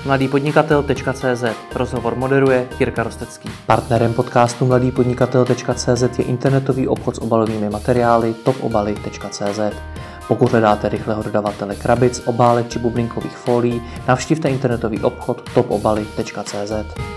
mladýpodnikatel.cz. Rozhovor moderuje Jirka Rostecký. Partnerem podcastu mladýpodnikatel.cz je internetový obchod s obalovými materiály topobaly.cz. Pokud hledáte rychlého dodavatele krabic, obálek či bublinkových fólií, navštivte internetový obchod topobaly.cz.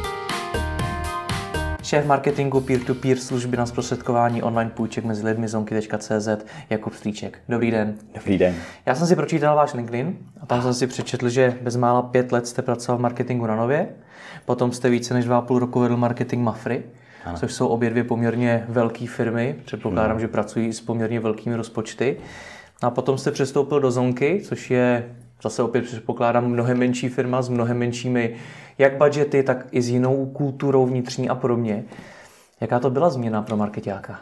Šéf marketingu peer-to-peer služby na zprostředkování online půjček mezi lidmi zonky.cz Jakub Strýček. Dobrý den. Dobrý den. Já jsem si pročítal váš LinkedIn a tam jsem si přečetl, že bezmála 5 let jste pracoval v marketingu na Nově, potom jste více než 2,5 roku vedl marketing Mafry, ano, což jsou obě dvě poměrně velké firmy, předpokládám, že pracují s poměrně velkými rozpočty. A potom jste přestoupil do Zonky, což je zase opět předpokládám mnohem menší firma s mnohem menšími jak budžety, tak i s jinou kulturou vnitřní a podobně. Jaká to byla změna pro markeťáka?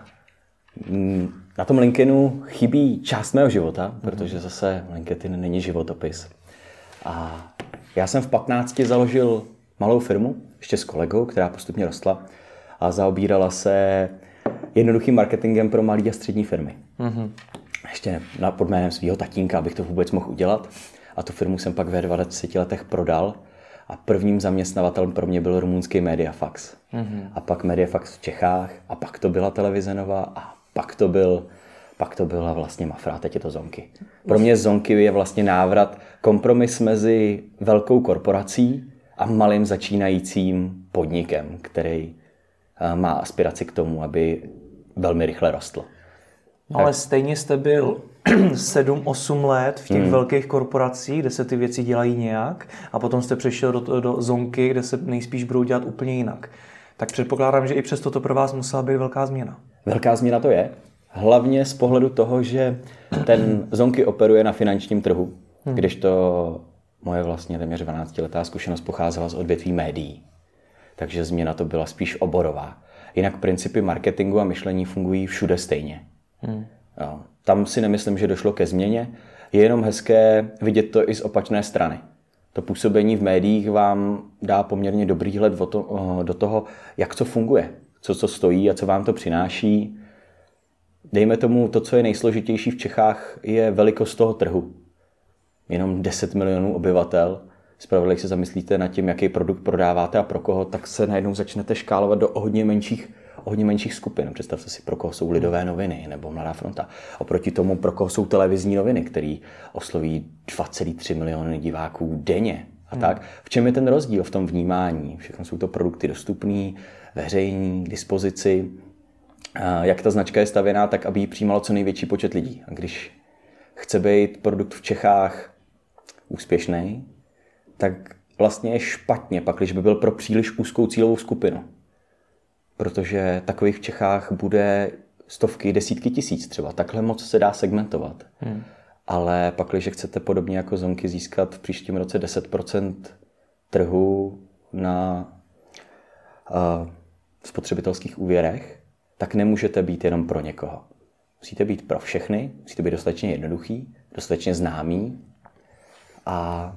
Na tom LinkedInu chybí část mého života, protože zase LinkedIn není životopis. A já jsem v 15 založil malou firmu, ještě s kolegou, která postupně rostla a zaobírala se jednoduchým marketingem pro malé a střední firmy. Ještě pod jménem svého tatínka, abych to vůbec mohl udělat. A tu firmu jsem pak ve 20 letech prodal. A prvním zaměstnavatelem pro mě byl rumunský Mediafax. A pak Mediafax v Čechách, a pak to byla Televize Nova, a pak to byla vlastně Mafra, teď je to Zonky. Pro mě Zonky je vlastně návrat, kompromis mezi velkou korporací a malým začínajícím podnikem, který má aspiraci k tomu, aby velmi rychle rostl. Ale stejně jste byl 7-8 let v těch velkých korporacích, kde se ty věci dělají nějak, a potom jste přešel do Zonky, kde se nejspíš budou dělat úplně jinak. Tak předpokládám, že i přesto to pro vás musela být velká změna. Velká změna to je. Hlavně z pohledu toho, že ten Zonky operuje na finančním trhu, když to moje vlastně téměř 12letá zkušenost pocházela z odvětví médií. Takže změna to byla spíš oborová. Jinak principy marketingu a myšlení fungují všude stejně. Jo. Tam si nemyslím, že došlo ke změně. Je jenom hezké vidět to i z opačné strany. To působení v médiích vám dá poměrně dobrý hled do toho, jak co funguje, co stojí a co vám to přináší. Dejme tomu, to, co je nejsložitější v Čechách, je velikost toho trhu. Jenom 10 milionů obyvatel. Zpravidla, když se zamyslíte nad tím, jaký produkt prodáváte a pro koho, tak se najednou začnete škálovat do hodně menších skupin. Představte si, pro koho jsou Lidové noviny nebo Mladá fronta. Oproti tomu, pro koho jsou televizní noviny, který osloví 2,3 miliony diváků denně. A tak. V čem je ten rozdíl v tom vnímání? Všechno jsou to produkty dostupné, veřejní, k dispozici. Jak ta značka je stavěná, tak aby ji přijímalo co největší počet lidí. A když chce být produkt v Čechách úspěšný, tak vlastně je špatně, pak když by byl pro příliš úzkou cílovou skupinu. Protože takových v Čechách bude stovky, desítky tisíc třeba. Takhle moc se dá segmentovat. Ale pak, když chcete podobně jako Zonky získat v příštím roce 10% trhu na spotřebitelských úvěrech, tak nemůžete být jenom pro někoho. Musíte být pro všechny, musíte být dostatečně jednoduchý, dostatečně známý a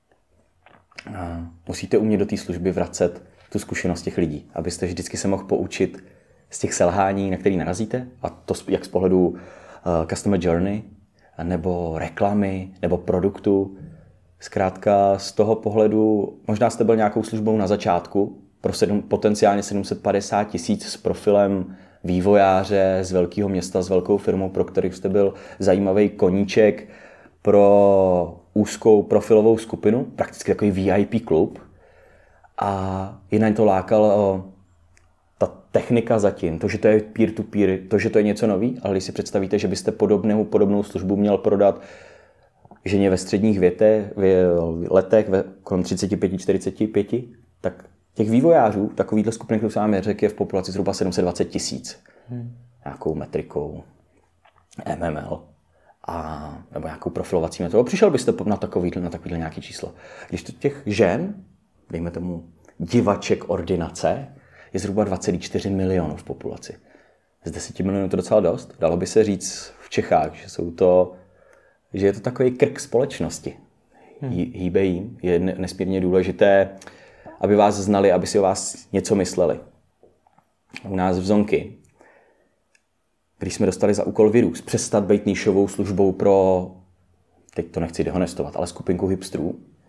musíte umět do té služby vracet tu zkušenost těch lidí, abyste vždycky se mohl poučit z těch selhání, na který narazíte, a to jak z pohledu customer journey, nebo reklamy, nebo produktu. Zkrátka z toho pohledu, možná jste byl nějakou službou na začátku, pro potenciálně 750 000 s profilem vývojáře z velkého města, s velkou firmou, pro který jste byl zajímavý koníček pro úzkou profilovou skupinu, prakticky takový VIP klub. A jinak to lákalo ta technika zatím, to, že to je peer-to-peer, to, že to je něco nový, ale když si představíte, že byste podobnou službu měl prodat ženě ve středních letech, kolem 35-45, tak těch vývojářů, takovýhle skupiny, kterou jsem vám řekl, je v populaci zhruba 720 000. Nějakou metrikou, MML nebo nějakou profilovací metodou. Přišel byste na takovýhle nějaké číslo. Když to těch žen, dejme tomu divaček ordinace, je zhruba 2,4 milionů v populaci. Z 10 milionů to docela dost. Dalo by se říct v Čechách, že je to takový krk společnosti. Hýbe jim. Je nesmírně důležité, aby vás znali, aby si o vás něco mysleli. U nás v Zonky, když jsme dostali za úkol vyrůst, přestat být nišovou službou pro, teď to nechci dehonestovat, ale skupinku hipstrů,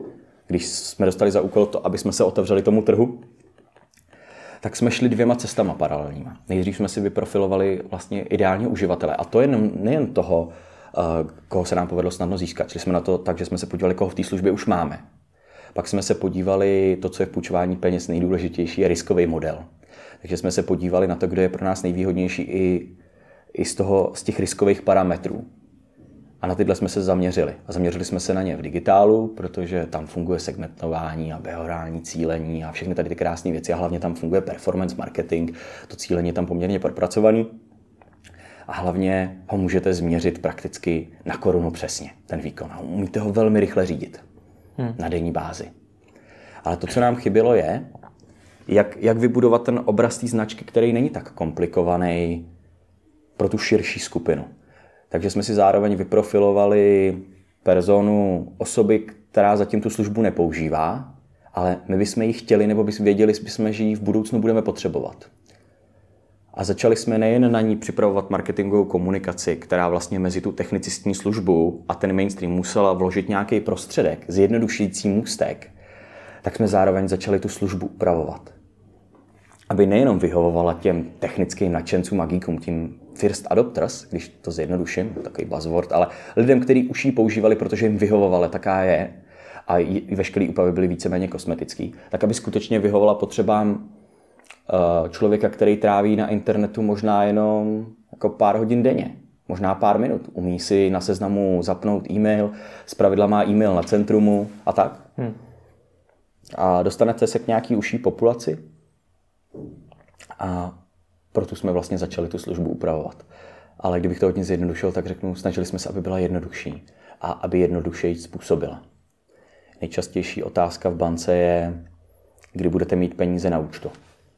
když jsme dostali za úkol to, aby jsme se otevřeli tomu trhu, tak jsme šli 2 cestama paralelníma. Nejdřív jsme si vyprofilovali vlastně ideální uživatele. A to nejen toho, koho se nám povedlo snadno získat. Šli jsme na to tak, že jsme se podívali, koho v té službě už máme. Pak jsme se podívali, to, co je v půjčování peněz nejdůležitější, je riskový model. Takže jsme se podívali na to, kdo je pro nás nejvýhodnější i z těch riskových parametrů. A na tyhle jsme se zaměřili. A zaměřili jsme se na ně v digitálu, protože tam funguje segmentování a behaviorální cílení a všechny tady ty krásné věci. A hlavně tam funguje performance marketing, to cílení je tam poměrně propracovaný. A hlavně ho můžete změřit prakticky na korunu přesně, ten výkon. A umíte ho velmi rychle řídit na denní bázi. Ale to, co nám chybělo, je, jak vybudovat ten obraz té značky, který není tak komplikovaný pro tu širší skupinu. Takže jsme si zároveň vyprofilovali personu osoby, která zatím tu službu nepoužívá, ale my bychom ji chtěli, nebo bychom věděli, že ji v budoucnu budeme potřebovat. A začali jsme nejen na ní připravovat marketingovou komunikaci, která vlastně mezi tu technicistní službu a ten mainstream musela vložit nějaký prostředek, zjednodušující můstek, tak jsme zároveň začali tu službu upravovat. Aby nejenom vyhovovala těm technickým nadšencům a geekům, tím first adopters, když to zjednoduším, takový buzzword, ale lidem, kteří už ji používali, protože jim vyhovovala, taká je, a i veškeré úpravy byly víceméně kosmetický, tak aby skutečně vyhovovala potřebám člověka, který tráví na internetu možná jenom jako pár hodin denně, možná pár minut. Umí si na Seznamu zapnout e-mail, zpravidla má e-mail na centrumu a tak. A dostanete se k nějaký užší populaci a proto jsme vlastně začali tu službu upravovat. Ale kdybych to hodně zjednodušil, tak řeknu, snažili jsme se, aby byla jednodušší a aby jednodušeji způsobila. Nejčastější otázka v bance je, kdy budete mít peníze na účtu.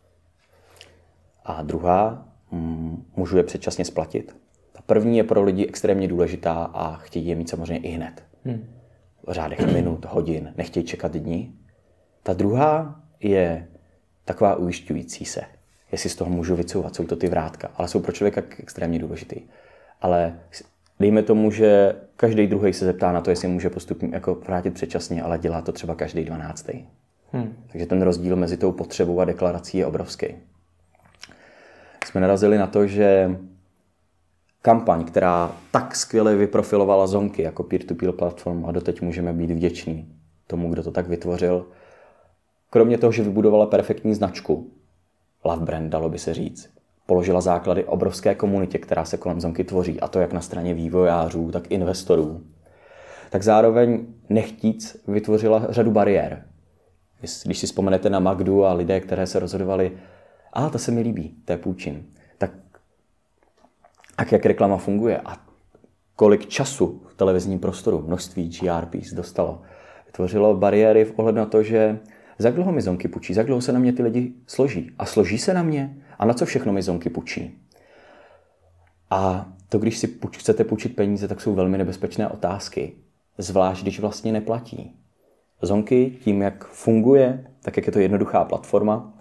A druhá, můžu je předčasně splatit. Ta první je pro lidi extrémně důležitá a chtějí je mít samozřejmě i hned. V řádech minut, hodin, nechtějí čekat dní. Ta druhá je taková ujišťující se. Jestli z toho můžu vycouvat, jsou to ty vrátka, ale jsou pro člověka extrémně důležitý. Ale dejme tomu, že každý druhý se zeptá na to, jestli může postupně jako vrátit předčasně, ale dělá to třeba každý 12. Takže ten rozdíl mezi tou potřebou a deklarací je obrovský. Jsme narazili na to, že kampaň, která tak skvěle vyprofilovala Zonky jako peer-to-peer platform a doteď můžeme být vděční tomu, kdo to tak vytvořil, kromě toho, že vybudovala perfektní značku, love brand, dalo by se říct, položila základy obrovské komunitě, která se kolem Zonky tvoří, a to jak na straně vývojářů, tak investorů, tak zároveň nechtíc vytvořila řadu bariér. Když si vzpomenete na Magdu a lidé, které se rozhodovali, to se mi líbí, to je půjčím, tak jak reklama funguje a kolik času v televizním prostoru, množství GRPs dostalo, vytvořilo bariéry v ohledu na to, že za jak dlouho mi Zonky půjčí, za jak dlouho se na mě ty lidi složí. A složí se na mě? A na co všechno mi Zonky půjčí? A to, když si chcete půjčit peníze, tak jsou velmi nebezpečné otázky. Zvlášť, když vlastně neplatí. Zonky, tím, jak funguje, tak jak je to jednoduchá platforma,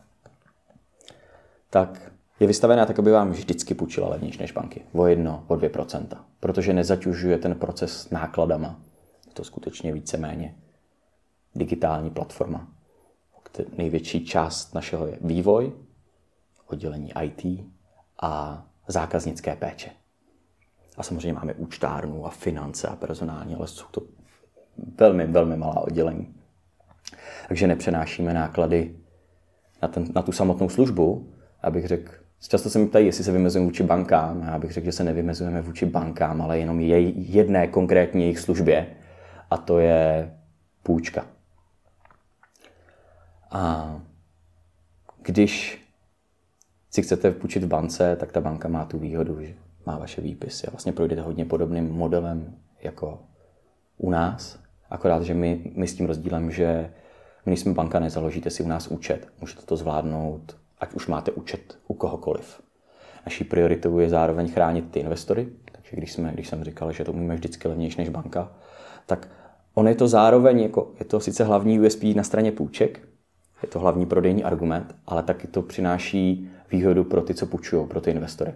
tak je vystavená tak, aby vám vždycky půjčila levnější než banky. O 1, o 2%. Protože nezaťužuje ten proces nákladama. Je to skutečně víceméně digitální platforma. Největší část našeho je vývoj, oddělení IT a zákaznické péče. A samozřejmě máme účtárnu a finance a personální, ale jsou to velmi, velmi malá oddělení. Takže nepřenášíme náklady na tu samotnou službu, abych řekl, často se mi ptají, jestli se vymezujeme vůči bankám. Já bych řekl, že se nevymezujeme vůči bankám, ale jenom jedné konkrétní jejich službě, a to je půjčka. A když si chcete půjčit v bance, tak ta banka má tu výhodu, že má vaše výpisy a vlastně projdete hodně podobným modelem jako u nás, akorát, že my s tím rozdílem, že my jsme banka, nezaložíte si u nás účet, můžete to zvládnout, ať už máte účet u kohokoliv. Naší prioritou je zároveň chránit ty investory, takže když jsem říkal, že to umíme vždycky levnější než banka, tak on je to zároveň, je to sice hlavní USP na straně půjček, je to hlavní prodejní argument, ale taky to přináší výhodu pro ty, co půjčují, pro ty investory.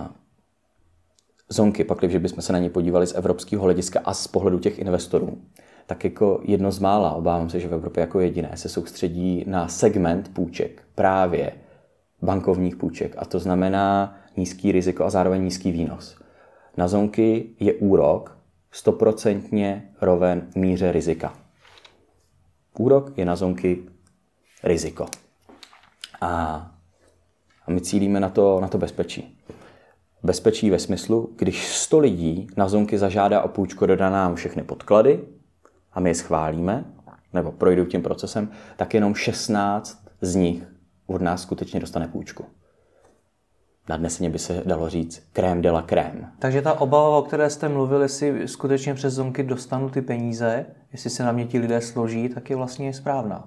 Zonky, pak, když bychom se na ně podívali z evropského hlediska a z pohledu těch investorů, tak jako jedno z mála, obávám se, že v Evropě jako jediné, se soustředí na segment půjček, právě bankovních půjček. A to znamená nízký riziko a zároveň nízký výnos. Na zonky je úrok 100% roven míře rizika. Úrok je na zonky riziko. A my cílíme na to bezpečí. Bezpečí ve smyslu, když 100 lidí na zonky zažádá o půjčku, dodá nám všechny podklady a my je schválíme, nebo projdou tím procesem, tak jenom 16 z nich od nás skutečně dostane půjčku. Nadneseně by se dalo říct crème de la crème. Takže ta obava, o které jste mluvili, jestli skutečně přes zonky dostanu ty peníze, jestli se na mě ti lidé složí, tak je vlastně správná.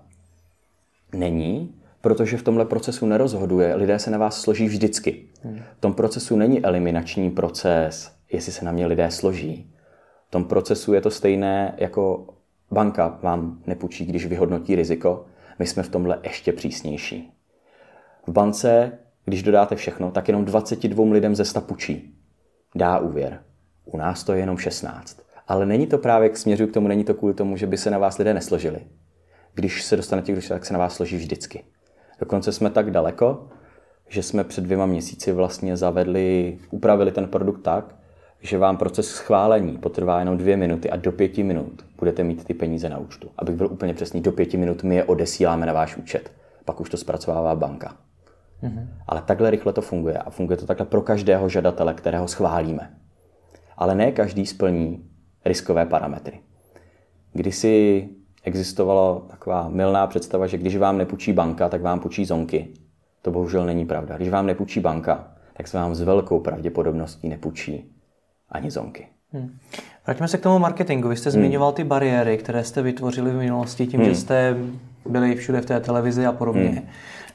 Není, protože v tomhle procesu nerozhoduje. Lidé se na vás složí vždycky. V tom procesu není eliminační proces, jestli se na mě lidé složí. V tom procesu je to stejné, jako banka vám nepůjčí, když vyhodnotí riziko. My jsme v tomhle ještě přísnější. V bance, když dodáte všechno, tak jenom 22 lidem ze 100 půjčí. Dá úvěr. U nás to je jenom 16. Ale není to právě k směřu k tomu, není to kvůli tomu, že by se na vás lidé nesložili. Když se dostanete, tak se na vás složí vždycky. Dokonce jsme tak daleko, že jsme před 2 měsíci vlastně upravili ten produkt tak, že vám proces schválení potrvá jenom 2 minuty a do 5 minut budete mít ty peníze na účtu. Abych byl úplně přesný, do 5 minut my je odesíláme na váš účet. Pak už to zpracovává banka. Ale takhle rychle to funguje a funguje to takhle pro každého žadatele, kterého schválíme. Ale ne každý splní riskové parametry. Kdysi existovala taková mylná představa, že když vám nepůjčí banka, tak vám půjčí zonky. To bohužel není pravda. Když vám nepůjčí banka, tak se vám s velkou pravděpodobností nepůjčí ani zonky. Vraťme se k tomu marketingu. Vy jste zmiňoval ty bariéry, které jste vytvořili v minulosti tím, že jste byli všude v té televizi a podobně.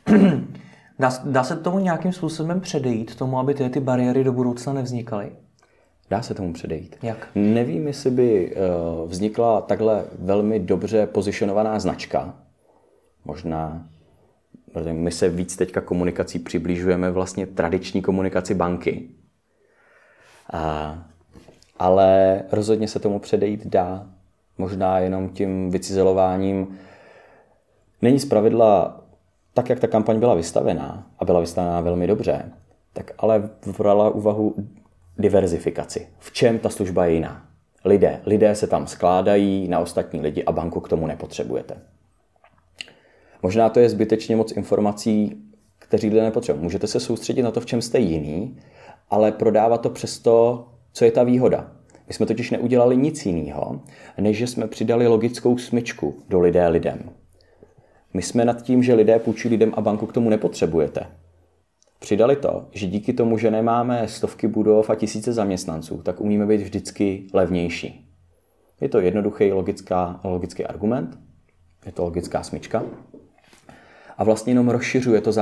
Dá se tomu nějakým způsobem předejít, tomu, aby ty bariéry do budoucna nevznikaly? Dá se tomu předejít. Jak? Nevím, jestli by vznikla takhle velmi dobře pozicionovaná značka. Možná, protože my se víc teďka komunikací přiblížujeme vlastně tradiční komunikaci banky. Ale rozhodně se tomu předejít dá. Možná jenom tím vycizelováním. Není zpravidla tak, jak ta kampaň byla vystavená, a byla vystavená velmi dobře, tak ale brala úvahu diverzifikaci. V čem ta služba je jiná? Lidé se tam skládají na ostatní lidi a banku k tomu nepotřebujete. Možná to je zbytečně moc informací, kteří lidé nepotřebují. Můžete se soustředit na to, v čem jste jiný, ale prodávat to přes to, co je ta výhoda. My jsme totiž neudělali nic jiného, než že jsme přidali logickou smyčku do lidem. My jsme nad tím, že lidé půjčí lidem a banku k tomu nepotřebujete. Přidali to, že díky tomu, že nemáme stovky budov a tisíce zaměstnanců, tak umíme být vždycky levnější. Je to jednoduchý logický argument, je to logická smyčka a vlastně jenom rozšiřuje to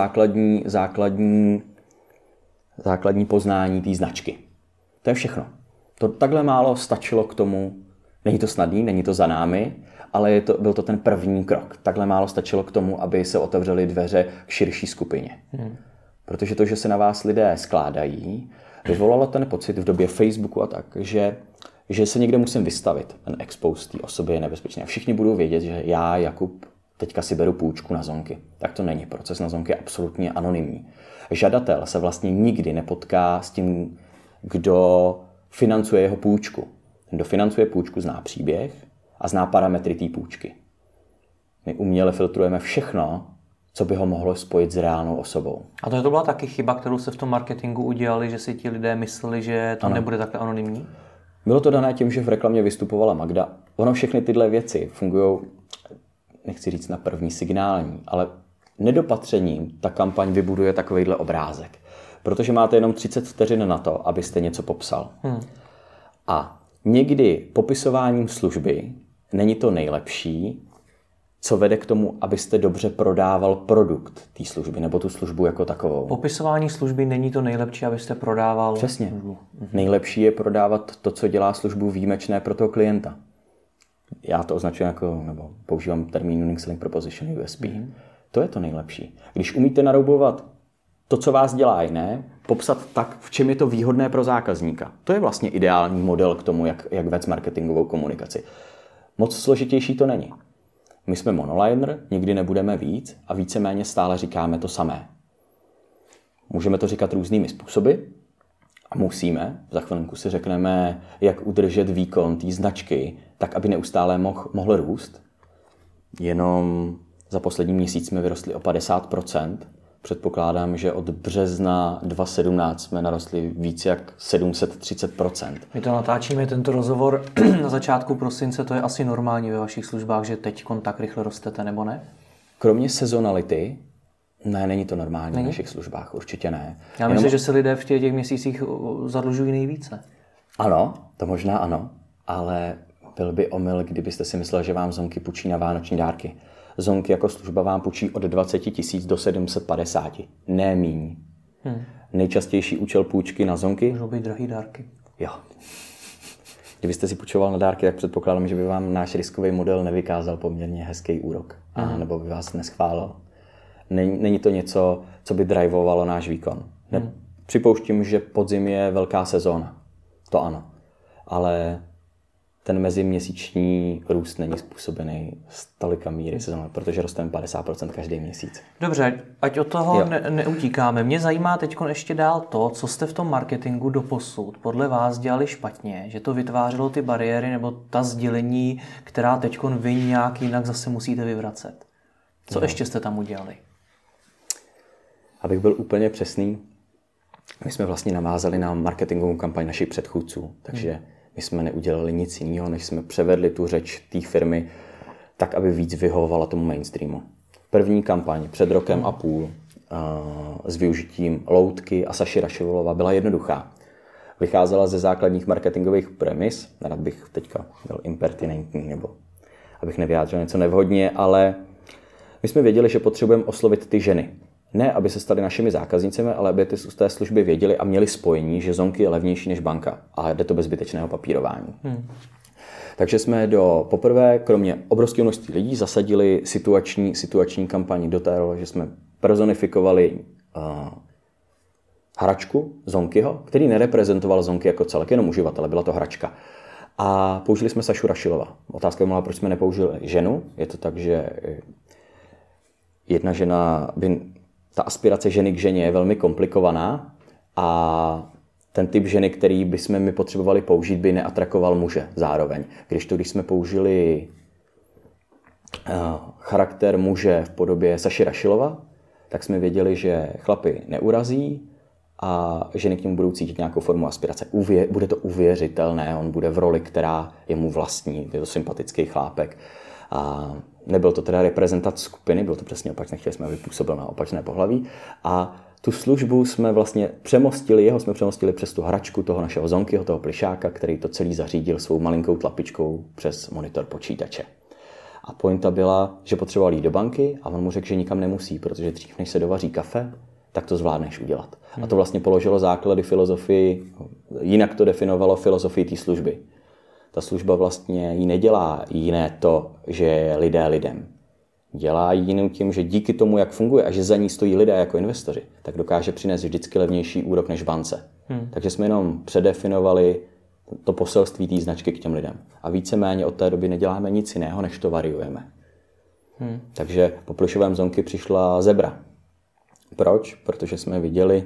základní poznání té značky. To je všechno. To takhle málo stačilo k tomu, není to snadný, není to za námi, ale byl to ten první krok. Takhle málo stačilo k tomu, aby se otevřely dveře k širší skupině. Protože to, že se na vás lidé skládají, vyvolalo ten pocit v době Facebooku a tak, že se někde musím vystavit. Ten expose té osoby je nebezpečný. A všichni budou vědět, že já, Jakub, teďka si beru půjčku na zonky. Tak to není. Proces na zonky je absolutně anonymní. Žadatel se vlastně nikdy nepotká s tím, kdo financuje jeho půjčku. Ten, kdo financuje půjčku, zná příběh a zná parametry té půjčky. My uměle filtrujeme všechno, co by ho mohlo spojit s reálnou osobou. A to byla taky chyba, kterou se v tom marketingu udělali, že si ti lidé mysleli, že to nebude takhle anonymní? Bylo to dané tím, že v reklamě vystupovala Magda. Ono všechny tyhle věci fungují, nechci říct na první signální, ale nedopatřením ta kampaň vybuduje takovejhle obrázek. Protože máte jenom 30 vteřin na to, abyste něco popsal. A někdy popisováním služby není to nejlepší, co vede k tomu, abyste dobře prodával produkt té služby, nebo tu službu jako takovou. Popisování služby není to nejlepší, abyste prodával Přesně. službu. Nejlepší je prodávat to, co dělá službu výjimečné pro toho klienta. Já to označuji jako, nebo používám termín Unique Selling Proposition, USP. To je to nejlepší. Když umíte naroubovat to, co vás dělá jiné, popsat tak, v čem je to výhodné pro zákazníka. To je vlastně ideální model k tomu, jak vést marketingovou komunikaci. Moc složitější to není. My jsme monoliner, nikdy nebudeme víc a víceméně stále říkáme to samé. Můžeme to říkat různými způsoby a musíme. Za chvilinku si řekneme, jak udržet výkon té značky, tak aby neustále mohl růst. Jenom za poslední měsíc jsme vyrostli o 50%. Předpokládám, že od března 2017 jsme narostli víc jak 730%. My to natáčíme, tento rozhovor na začátku prosince, to je asi normální ve vašich službách, že teď tak rychle rostete, nebo ne? Kromě sezonality, ne, není to normální v našich službách, určitě ne. Já myslím, že se lidé v těch měsících zadlužují nejvíce. Ano, to možná ano, ale byl by omyl, kdybyste si myslel, že vám Zonky půjčí na vánoční dárky. Zonky jako služba vám půjčí od 20 000 do 750. Ne míň. Nejčastější účel půjčky na Zonky? Můžou být drahý dárky. Jo. Kdybyste si půjčoval na dárky, tak předpokládám, že by vám náš riskový model nevykázal poměrně hezký úrok. A nebo by vás neschválil. Není to něco, co by drivovalo náš výkon. Připouštím, že podzim je velká sezóna. To ano. Ale ten meziměsíční růst není způsobený z tolika míry sezóny, protože rosteme 50% každý měsíc. Dobře, ať od toho neutíkáme. Mě zajímá teď ještě dál to, co jste v tom marketingu doposud podle vás dělali špatně, že to vytvářelo ty bariéry nebo ta sdělení, která teď vy nějak jinak zase musíte vyvracet. Co ještě jste tam udělali? Abych byl úplně přesný, my jsme vlastně navázali na marketingovou kampaň našich předchůdců, takže my jsme neudělali nic jiného, než jsme převedli tu řeč té firmy tak, aby víc vyhovovala tomu mainstreamu. První kampaň před rokem a půl s využitím Loutky a Saši Rašivolova byla jednoduchá. Vycházela ze základních marketingových premis, rád bych teďka byl impertinentní, nebo abych nevyjádřil něco nevhodně, ale my jsme věděli, že potřebujeme oslovit ty ženy. Ne, aby se staly našimi zákaznicemi, ale aby ty z té služby věděli a měli spojení, že Zonky je levnější než banka a jde to bez zbytečného papírování. Takže jsme poprvé, kromě obrovského množství lidí, zasadili situační kampaň do té, že jsme personifikovali hračku Zonkyho, který nereprezentoval Zonky jako celek, jenom uživatele, byla to hračka. A použili jsme Sašu Rašilova. Otázka by byla, proč jsme nepoužili ženu. Je to tak, že jedna žena ta aspirace ženy k ženě je velmi komplikovaná a ten typ ženy, který bychom my potřebovali použít, by neatrakoval muže zároveň. Když jsme použili charakter muže v podobě Saši Rašilova, tak jsme věděli, že chlapy neurazí a ženy k němu budou cítit nějakou formu aspirace. Bude to uvěřitelné, on bude v roli, která je mu vlastní, je to sympatický chlápek. A nebyl to teda reprezentant skupiny, bylo to přesně opačné, chtěli jsme, aby působil na opačné pohlaví. A tu službu jsme vlastně přemostili přes tu hračku toho našeho Zonkyho, toho plišáka, který to celý zařídil svou malinkou tlapičkou přes monitor počítače. A pointa byla, že potřeboval jít do banky a on mu řekl, že nikam nemusí, protože dřív, než se dovaří kafe, tak to zvládneš udělat. A to vlastně položilo základy filozofii, jinak to definovalo filozofii té služby. Ta služba vlastně jí nedělá jiné to, že je lidé lidem. Dělá jiným tím, že díky tomu, jak funguje a že za ní stojí lidé jako investoři, tak dokáže přinést vždycky levnější úrok než v bance. Takže jsme jenom předefinovali to poselství té značky k těm lidem. A víceméně od té doby neděláme nic jiného, než to variujeme. Takže po plišovém Zonky přišla Zebra. Proč? Protože jsme viděli,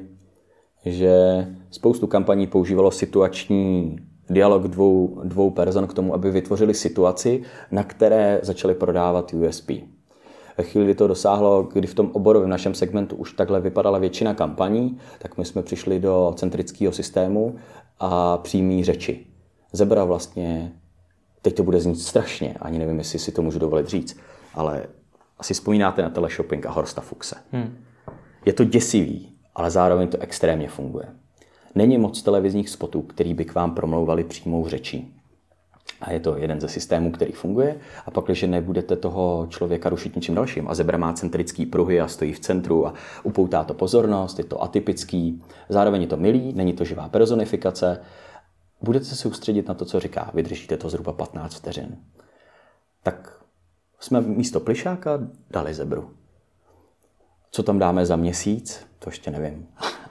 že spoustu kampaní používalo situační dialog dvou person k tomu, aby vytvořili situaci, na které začali prodávat USP. Ve chvíli, kdy to dosáhlo, kdy v tom oboru, v našem segmentu už takhle vypadala většina kampaní, tak my jsme přišli do centrického systému a přímý řeči. Zebra vlastně, teď to bude znít strašně, ani nevím, jestli si to můžu dovolit říct, ale asi vzpomínáte na teleshopping a Horsta Fuchse. Je to děsivý, ale zároveň to extrémně funguje. Není moc televizních spotů, který by k vám promlouvali přímou řečí. A je to jeden ze systémů, který funguje. A pak, když nebudete toho člověka rušit ničím dalším, a Zebra má centrický pruhy a stojí v centru a upoutá to pozornost, je to atypický, zároveň je to milý, není to živá personifikace, budete se soustředit na to, co říká, vydržíte to zhruba 15 vteřin. Tak jsme místo plišáka dali Zebru. Co tam dáme za měsíc, to ještě nevím.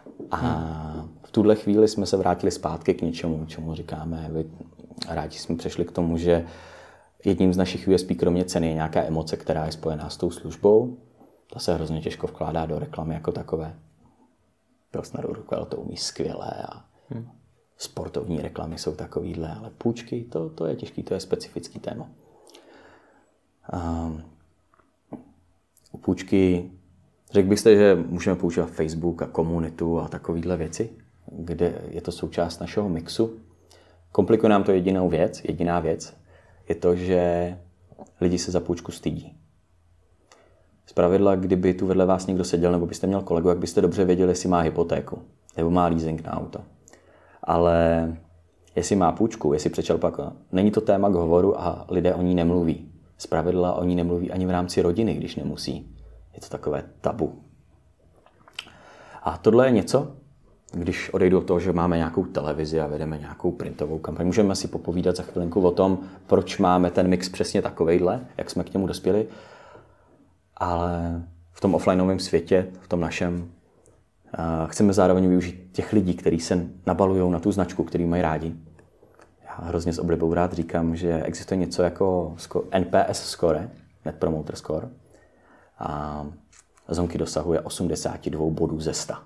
A v tuhle chvíli jsme se vrátili zpátky k něčemu, čemu říkáme, rádi jsme přešli k tomu, že jedním z našich USP kromě ceny je nějaká emoce, která je spojená s tou službou. To se hrozně těžko vkládá do reklamy jako takové. Pilsner Urquell to umí skvěle a sportovní reklamy jsou takovýhle, ale půjčky, to je těžký, to je specifický téma. U půjčky, řekl byste, že můžeme používat Facebook a komunitu a takovýhle věci, kde je to součást našeho mixu. Komplikuje nám to jediná věc je to, že lidi se za půjčku stydí. Zpravidla, kdyby tu vedle vás někdo seděl, nebo byste měl kolegu, jak byste dobře věděli, jestli má hypotéku, nebo má leasing na auto. Ale jestli má půjčku, jestli přečerpá, není to téma k hovoru a lidé o ní nemluví. Zpravidla o ní nemluví ani v rámci rodiny, když nemusí. Je to takové tabu. A tohle je něco, když odejdu od toho, že máme nějakou televizi a vedeme nějakou printovou kampaň. Můžeme si popovídat za chvilinku o tom, proč máme ten mix přesně takovejhle, jak jsme k němu dospěli. Ale v tom offlineovém světě, v tom našem, chceme zároveň využít těch lidí, kteří se nabalují na tu značku, který mají rádi. Já hrozně s oblibou rád říkám, že existuje něco jako NPS score, Net Promoter Score, a Zonky dosahuje 82 bodů ze 100.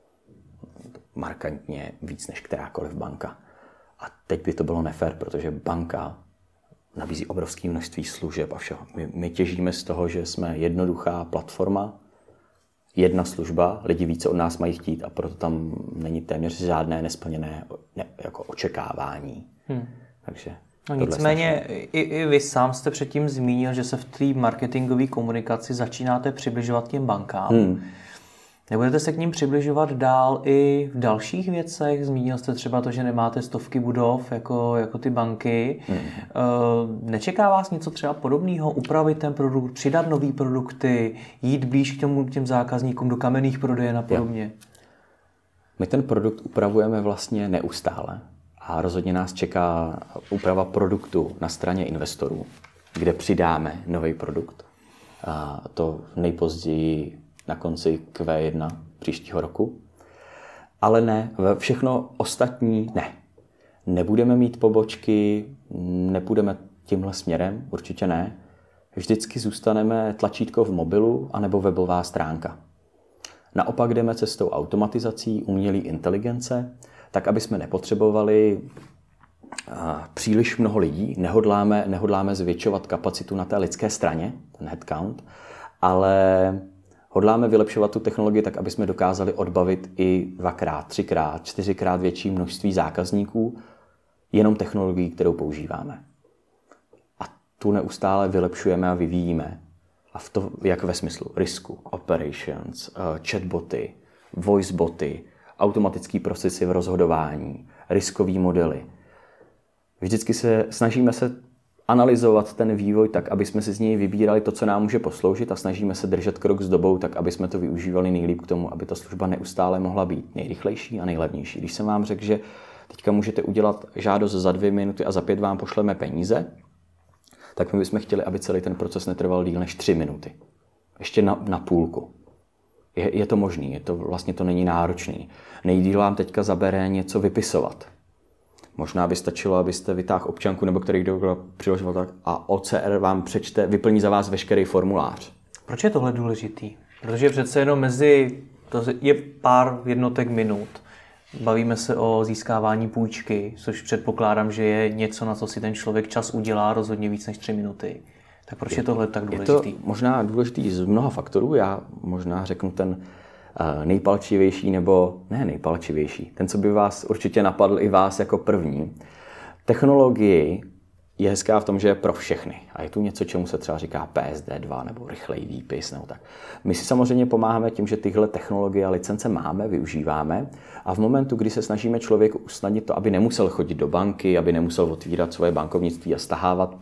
Markantně víc než kterákoliv banka. A teď by to bylo nefér, protože banka nabízí obrovské množství služeb a všeho. My těžíme z toho, že jsme jednoduchá platforma, jedna služba, lidi více od nás mají chtít a proto tam není téměř žádné nesplněné jako očekávání. Takže no nicméně i vy sám jste předtím zmínil, že se v té marketingové komunikaci začínáte přibližovat těm bankám. Nebudete se k ním přibližovat dál i v dalších věcech? Zmínil jste třeba to, že nemáte stovky budov jako ty banky. Nečeká vás něco třeba podobného? Upravit ten produkt, přidat nový produkty, jít blíž k těm zákazníkům do kamenných prodejen a podobně? My ten produkt upravujeme vlastně neustále a rozhodně nás čeká úprava produktu na straně investorů, kde přidáme nový produkt. A to nejpozději na konci Q1 příštího roku. Ale ne, všechno ostatní ne. Nebudeme mít pobočky, nepůjdeme tímhle směrem, určitě ne. Vždycky zůstaneme tlačítko v mobilu anebo webová stránka. Naopak jdeme cestou automatizací, umělé inteligence, tak, aby jsme nepotřebovali příliš mnoho lidí, nehodláme zvětšovat kapacitu na té lidské straně, ten headcount, ale hodláme vylepšovat tu technologii tak, aby jsme dokázali odbavit i 2x, 3x, 4x větší množství zákazníků jenom technologií, kterou používáme. A tu neustále vylepšujeme a vyvíjíme. A v to, jak ve smyslu risku, operations, chatboty, voiceboty, automatický procesy v rozhodování, riskové modely. Vždycky snažíme se analyzovat ten vývoj tak, aby jsme si z něj vybírali to, co nám může posloužit a snažíme se držet krok s dobou tak, aby jsme to využívali nejlíp k tomu, aby ta služba neustále mohla být nejrychlejší a nejlevnější. Když jsem vám řekl, že teďka můžete udělat žádost za 2 minuty a za 5 vám pošleme peníze, tak my bychom chtěli, aby celý ten proces netrval díl než 3 minuty. Ještě na půlku. Je to možný, vlastně to není náročný. Nejdýl vám teďka zabere něco vypisovat. Možná by stačilo, abyste vytáhl občanku nebo který kdo přiložil tak a OCR vám přečte, vyplní za vás veškerý formulář. Proč je tohle důležitý? Protože přece jenom to je pár jednotek minut. Bavíme se o získávání půjčky, což předpokládám, že je něco, na co si ten člověk čas udělá rozhodně víc než 3 minuty. Tak proč je tohle tak důležitý? Je to možná důležitý z mnoha faktorů. Já možná řeknu ten nejpalčivější, nebo ne nejpalčivější, ten, co by vás určitě napadl i vás jako první. Technologii je hezká v tom, že je pro všechny. A je tu něco, čemu se třeba říká PSD2 nebo rychlej výpis. Nebo tak. My si samozřejmě pomáháme tím, že tyhle technologie a licence máme, využíváme a v momentu, kdy se snažíme člověku usnadnit to, aby nemusel chodit do banky, aby nemusel otvírat svoje bankovnictví a stahávat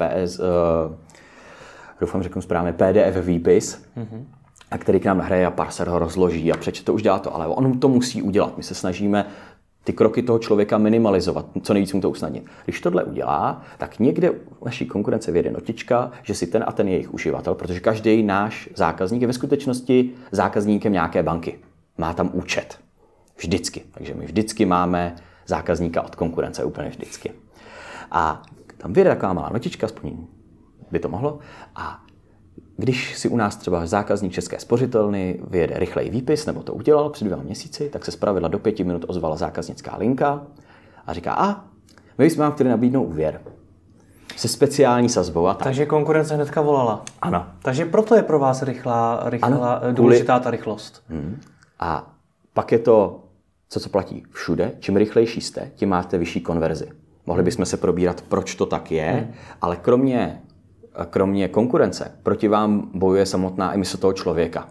doufám, řeknu správně, PDF výpis, a který k nám nahraje a parser ho rozloží a přečte, už dělá to, ale on to musí udělat. My se snažíme ty kroky toho člověka minimalizovat, co nejvíc mu to usnadnit. Když tohle udělá, tak někde u naší konkurence vyjede notička, že si ten a ten je jejich uživatel, protože každý náš zákazník je ve skutečnosti zákazníkem nějaké banky. Má tam účet. Vždycky. Takže my vždycky máme zákazníka od konkurence, úplně vždycky. A tam vyjede taková malá notička, aspoň by to mohlo. A když si u nás třeba zákazník České spořitelny vyjede rychlej výpis, nebo to udělal před 2 měsíci, tak se zpravidla do 5 minut ozvala zákaznická linka a říká, my bychom vám chtěli nabídnout úvěr se speciální sazbou a tak. Takže konkurence hnedka volala. Ano. Takže proto je pro vás důležitá ta rychlost. A pak je to, co platí všude, čím rychlejší jste, tím máte vyšší konverzi. Mohli bychom se probírat, proč to tak je, ale kromě konkurence proti vám bojuje samotná emise toho člověka.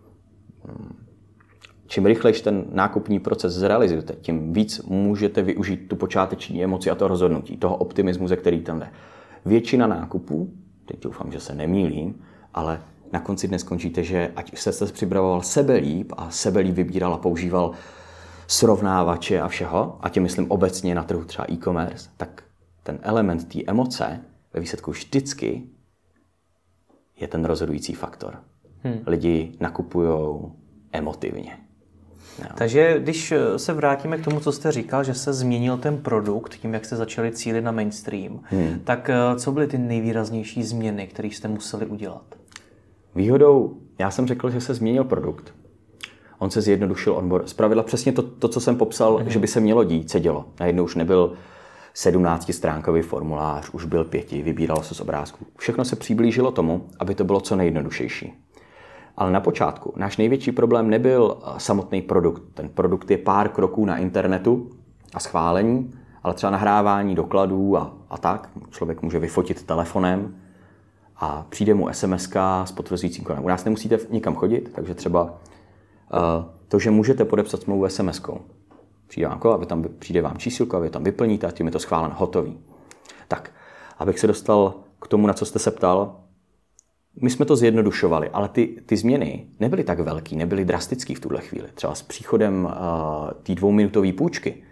Čím rychlejší ten nákupní proces zrealizujete, tím víc můžete využít tu počáteční emoci a to rozhodnutí, toho optimismu, ze který tam jde. Většina nákupů, teď doufám, že se nemýlím, ale na konci dne skončíte, že ať jste se připravoval sebelíp a sebelíp vybíral a používal srovnávače a všeho, a tím myslím obecně na trhu třeba e-commerce, tak ten element té emoce ve výsledku vždycky je ten rozhodující faktor. Lidi nakupujou emotivně. Jo. Takže když se vrátíme k tomu, co jste říkal, že se změnil ten produkt tím, jak jste začali cílit na mainstream, tak co byly ty nejvýraznější změny, které jste museli udělat? Výhodou, já jsem řekl, že se změnil produkt. On se zjednodušil onboard. Zpravidla přesně to, co jsem popsal, že by se mělo dít, se dělo. Najednou už nebyl 17stránkový formulář, už byl 5, vybíralo se z obrázků. Všechno se přiblížilo tomu, aby to bylo co nejjednodušejší. Ale na počátku náš největší problém nebyl samotný produkt. Ten produkt je pár kroků na internetu a schválení, ale třeba nahrávání dokladů a tak. Člověk může vyfotit telefonem a přijde mu SMS-ka s potvrzujícím kódem. U nás nemusíte nikam chodit, takže třeba to, že můžete podepsat smlouvu SMS-kou. Přijde vám čísilko a vy tam vyplníte a tím je to schválen, hotový. Tak, abych se dostal k tomu, na co jste se ptal, my jsme to zjednodušovali, ale ty změny nebyly tak velký, nebyly drastický v tuhle chvíli. Třeba s příchodem té 2minutové půjčky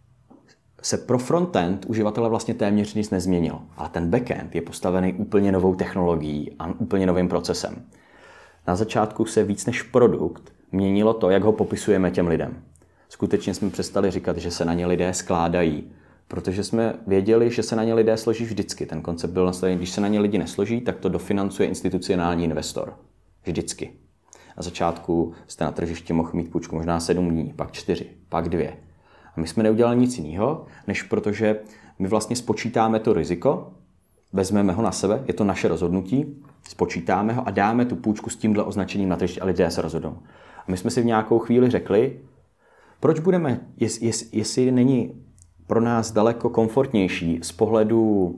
se pro frontend uživatele vlastně téměř nic nezměnilo. Ale ten backend je postavený úplně novou technologií a úplně novým procesem. Na začátku se víc než produkt měnilo to, jak ho popisujeme těm lidem. Skutečně jsme přestali říkat, že se na ně lidé skládají, protože jsme věděli, že se na ně lidé složí vždycky. Ten koncept byl nastavený, když se na ně lidi nesloží, tak to dofinancuje institucionální investor. Vždycky. Na začátku jste na tržišti mohl mít půjčku možná 7 dní, pak 4, pak 2. A my jsme neudělali nic jiného, než protože my vlastně spočítáme to riziko, vezmeme ho na sebe, je to naše rozhodnutí, spočítáme ho a dáme tu půjčku s tímhle označením na tržišti a lidé se rozhodnou. A my jsme si v nějakou chvíli řekli, proč budeme, jestli není pro nás daleko komfortnější z pohledu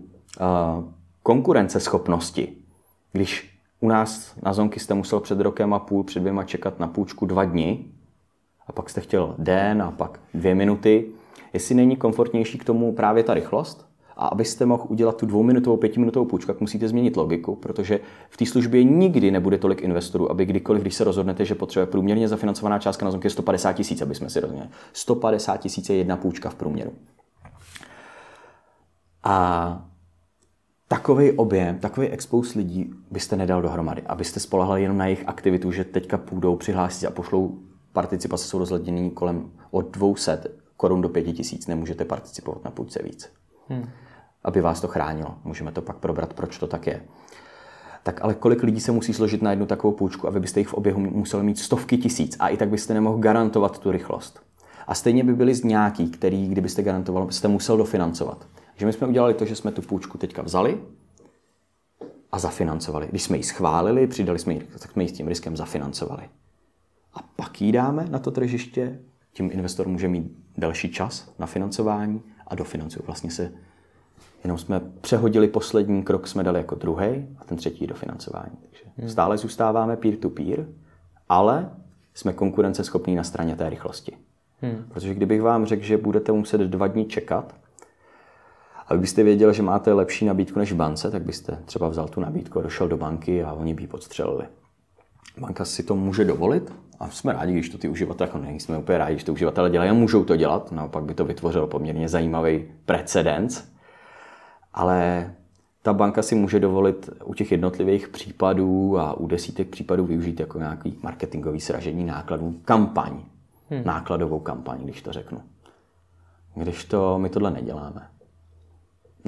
konkurenceschopnosti, když u nás na Zonky jste musel před 1,5 roku, před 2 čekat na půjčku 2 dny a pak jste chtěl den a pak 2 minuty, jestli není komfortnější k tomu právě ta rychlost a abyste mohl udělat tu 2minutovou, 5minutovou půjčku, tak musíte změnit logiku, protože v té službě nikdy nebude tolik investorů, aby kdykoliv, když se rozhodnete, že potřebuje průměrně zafinancovaná částka na Zonky je 150 000, aby jsme si rozuměli. 150 000 je jedna půjčka v průměru. A takový objem, takový expose lidí byste nedal dohromady, abyste spolehali jenom na jejich aktivitu, že teďka půjdou, přihlásí a pošlou participace, jsou rozhleděný kolem od 200 korun do 5 000, nemůžete participovat na půjčce víc. Aby vás to chránilo. Můžeme to pak probrat, proč to tak je. Tak ale kolik lidí se musí složit na jednu takovou půjčku, aby byste jich v oběhu museli mít stovky tisíc a i tak byste nemohl garantovat tu rychlost. A stejně by byli z nějaký, který, kdybyste garantoval, byste musel dofinancovat. Takže my jsme udělali to, že jsme tu půjčku teďka vzali a zafinancovali. Když jsme ji schválili, přidali jsme ji, tak jsme ji s tím riskem zafinancovali. A pak ji dáme na to tržiště, tím investor může mít delší čas na financování a dofinancuje. Vlastně se jenom jsme přehodili poslední krok, jsme dali jako druhý a ten třetí dofinancování. Takže stále zůstáváme peer-to-peer, ale jsme konkurenceschopní na straně té rychlosti. Protože kdybych vám řekl, že budete muset 2 dny čekat, a byste věděli, že máte lepší nabídku než v bance, tak byste třeba vzal tu nabídku a došel do banky a oni by ji podstřelili. Banka si to může dovolit a jsme rádi, když to ty uživatelé, nejsme úplně rádi, když to uživatelé dělají a můžou to dělat, naopak by to vytvořilo poměrně zajímavý precedens, ale ta banka si může dovolit u těch jednotlivých případů a u desítek případů využít jako nějaký marketingový sražení nákladů kampaň, nákladovou kampaň, když to řeknu. Když to my tohle neděláme.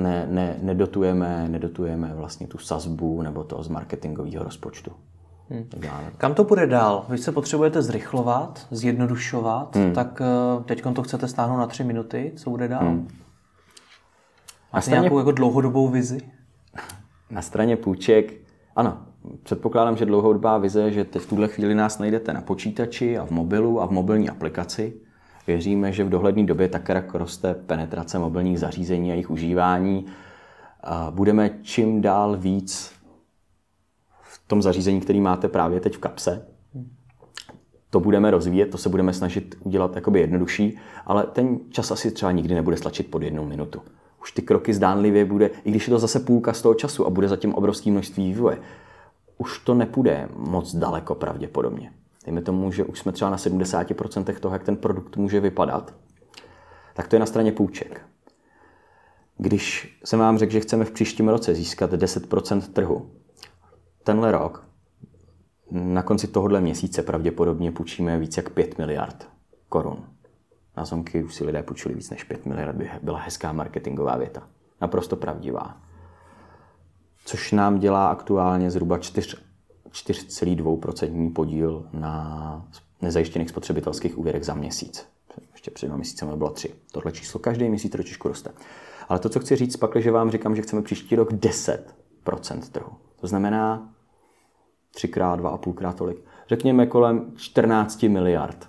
nedotujeme vlastně tu sazbu nebo to z marketingového rozpočtu. Kam to půjde dál? Vy se potřebujete zrychlovat, zjednodušovat, tak teď to chcete stáhnout na 3 minuty. Co bude dál? Máte nějakou jako dlouhodobou vizi? Na straně půjček, ano, předpokládám, že dlouhodobá vize, že teď v tuhle chvíli nás najdete na počítači a v mobilu a v mobilní aplikaci. Věříme, že v dohledné době tak jak roste penetrace mobilních zařízení a jejich užívání. Budeme čím dál víc v tom zařízení, který máte právě teď v kapse. To budeme rozvíjet, to se budeme snažit udělat jakoby jednodušší, ale ten čas asi třeba nikdy nebude stlačit pod 1 minutu. Už ty kroky zdánlivě bude, i když je to zase půlka z toho času a bude zatím obrovské množství vývoje, už to nepůjde moc daleko pravděpodobně. Dejme tomu, že už jsme třeba na 70% toho, jak ten produkt může vypadat, tak to je na straně půjček. Když jsem vám řekl, že chceme v příštím roce získat 10% trhu, tenhle rok, na konci tohohle měsíce pravděpodobně půjčíme víc jak 5 miliard korun. Na zonky už si lidé půjčili víc než 5 miliard, by byla hezká marketingová věta. Naprosto pravdivá. Což nám dělá aktuálně zhruba 4,2% podíl na nezajištěných spotřebitelských úvěrech za měsíc. Ještě před 2 měsíci bylo 3. Tohle číslo každý měsíc trošičku roste. Ale to, co chci říct pak, že vám říkám, že chceme příští rok 10% trhu. To znamená 3x, 2,5x tolik. Řekněme kolem 14 miliard.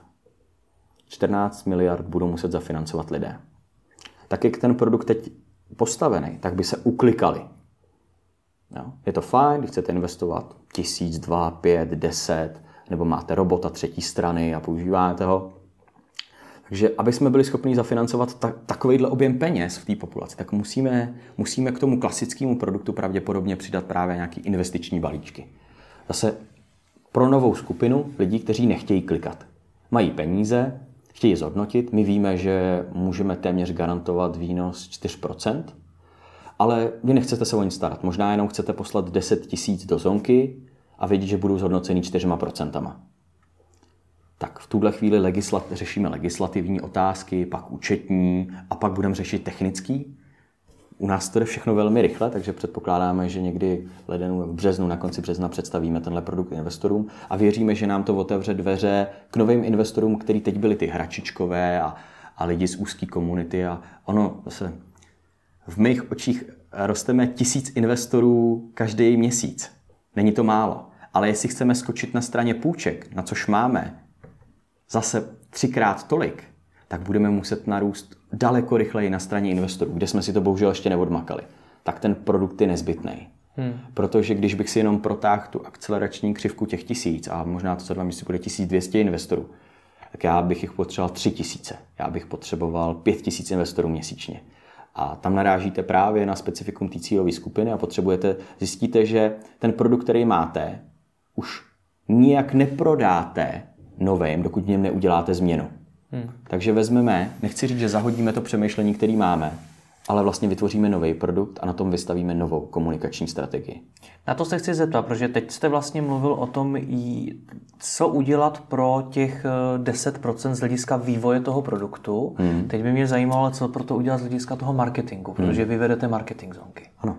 14 miliard budou muset zafinancovat lidé. Tak jak ten produkt teď postavený, tak by se uklikali. Jo? Je to fajn, když chcete investovat 1000, 2, 5, 10, nebo máte robota třetí strany a používáte ho. Takže aby jsme byli schopni zafinancovat takovýhle objem peněz v té populaci, tak musíme k tomu klasickému produktu pravděpodobně přidat právě nějaký investiční balíčky. Zase pro novou skupinu lidí, kteří nechtějí klikat. Mají peníze, chtějí zhodnotit. My víme, že můžeme téměř garantovat výnos 4%, ale vy nechcete se o nic starat. Možná jenom chcete poslat 10 000 do zonky a vědět, že budou zhodnoceni 4%. Tak v tuhle chvíli řešíme legislativní otázky, pak účetní a pak budeme řešit technický. U nás to jde všechno velmi rychle, takže předpokládáme, že někdy v březnu, na konci března představíme tenhle produkt investorům a věříme, že nám to otevře dveře k novým investorům, který teď byli ty hračičkové a lidi z úzké komunity. A ono zase v mých očích rosteme 1000 investorů každý měsíc. Není to málo. Ale jestli chceme skočit na straně půjček, na což máme zase 3x tolik, tak budeme muset narůst daleko rychleji na straně investorů, kde jsme si to bohužel ještě neodmakali. Tak ten produkt je nezbytný. Protože když bych si jenom protáhl tu akcelerační křivku těch 1000 a možná to za 2 měsíce bude 1200 investorů, tak já bych jich potřeboval 3000. Já bych potřeboval 5000 investorů měsíčně. A tam narážíte právě na specifikum té cílové skupiny a zjistíte, že ten produkt, který máte, už nijak neprodáte novým, dokud v něm neuděláte změnu. Takže nechci říct, že zahodíme to přemýšlení, který máme, ale vlastně vytvoříme nový produkt a na tom vystavíme novou komunikační strategii. Na to se chci zeptat, protože teď jste vlastně mluvil o tom, co udělat pro těch 10% z hlediska vývoje toho produktu. Teď by mě zajímalo, co pro to udělat z hlediska toho marketingu, protože vy vedete marketing zonky. Ano.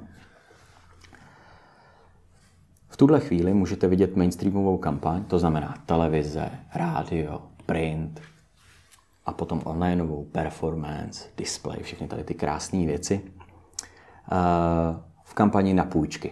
V tuhle chvíli můžete vidět mainstreamovou kampaň, to znamená televize, rádio, print a potom onlineovou performance, display, všechny tady ty krásné věci v kampani na půjčky.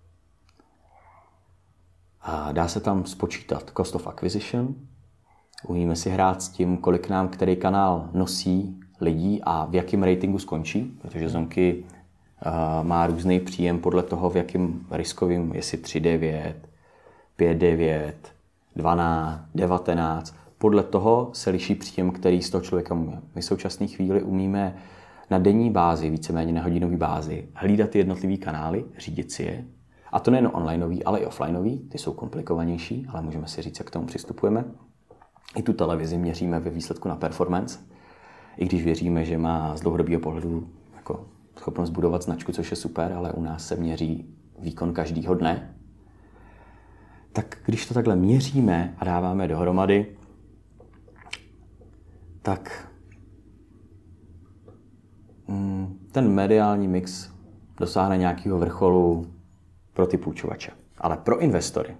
Dá se tam spočítat cost of acquisition, umíme si hrát s tím, kolik nám který kanál nosí lidí a v jakém ratingu skončí, protože zonky má různý příjem podle toho, v jakém riskovým, jestli 3,9, 5,9, 12, 19. Podle toho se liší příjem, který z toho člověka umí. My v současné chvíli umíme na denní bázi, víceméně na hodinové bázi, hlídat ty jednotlivé kanály, řídit si je. A to nejen onlineový, ale i offlineový. Ty jsou komplikovanější, ale můžeme si říct, jak k tomu přistupujeme. I tu televizi měříme ve výsledku na performance. I když věříme, že má z dlouhodobého pohledu jako schopnost budovat značku, což je super, ale u nás se měří výkon každýho dne. Tak když to takhle měříme a dáváme dohromady, tak ten mediální mix dosáhne nějakého vrcholu pro ty půjčovače. Ale pro investory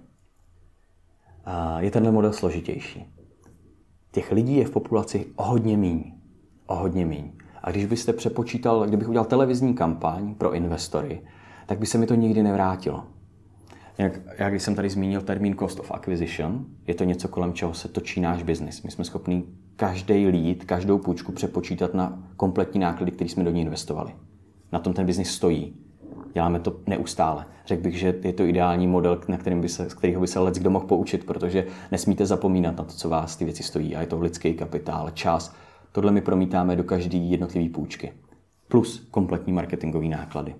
je tenhle model složitější. Těch lidí je v populaci o hodně míň. O hodně míň. A když byste přepočítal, kdybych udělal televizní kampaň pro investory, tak by se mi to nikdy nevrátilo. Já když jsem tady zmínil termín cost of acquisition, je to něco, kolem čeho se točí náš biznis. My jsme schopni každý lead, každou půjčku přepočítat na kompletní náklady, které jsme do ní investovali. Na tom ten biznis stojí. Děláme to neustále. Řekl bych, že je to ideální model, z kterého by se leckdo mohl poučit, protože nesmíte zapomínat na to, co vás ty věci stojí. A je to lidský kapitál, čas. Tohle my promítáme do každé jednotlivé půjčky. Plus kompletní marketingové náklady.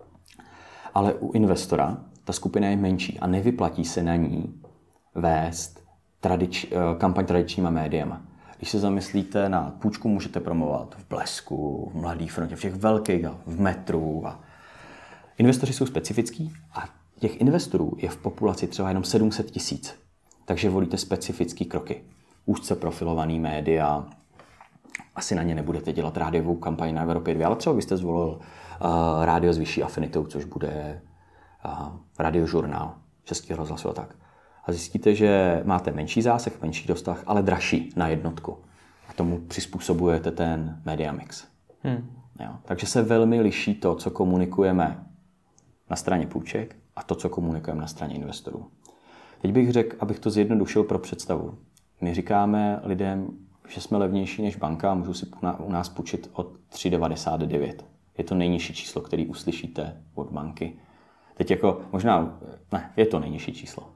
Ale u investora ta skupina je menší a nevyplatí se na ní vést kampaň tradičníma médiama. Když se zamyslíte na půjčku, můžete promovat v Blesku, v Mladé frontě, v těch velkých, v Metru. Investoři jsou specifický a těch investorů je v populaci třeba jenom 700 000. Takže volíte specifické kroky. Úzce profilovaný média, asi na ně nebudete dělat rádiovou kampaň na Evropě 2, ale třeba byste zvolil rádio s vyšší afinitou, což bude radiožurnál Českého rozhlasu a tak. A zjistíte, že máte menší zásah, menší dosah, ale dražší na jednotku. A tomu přizpůsobujete ten media mix. Jo. Takže se velmi liší to, co komunikujeme na straně půjček a to, co komunikujeme na straně investorů. Teď bych řekl, abych to zjednodušil pro představu. My říkáme lidem, že jsme levnější než banka a můžou si u nás půjčit od 3,99. Je to nejnižší číslo, který uslyšíte od banky. Teď je to nejnižší číslo.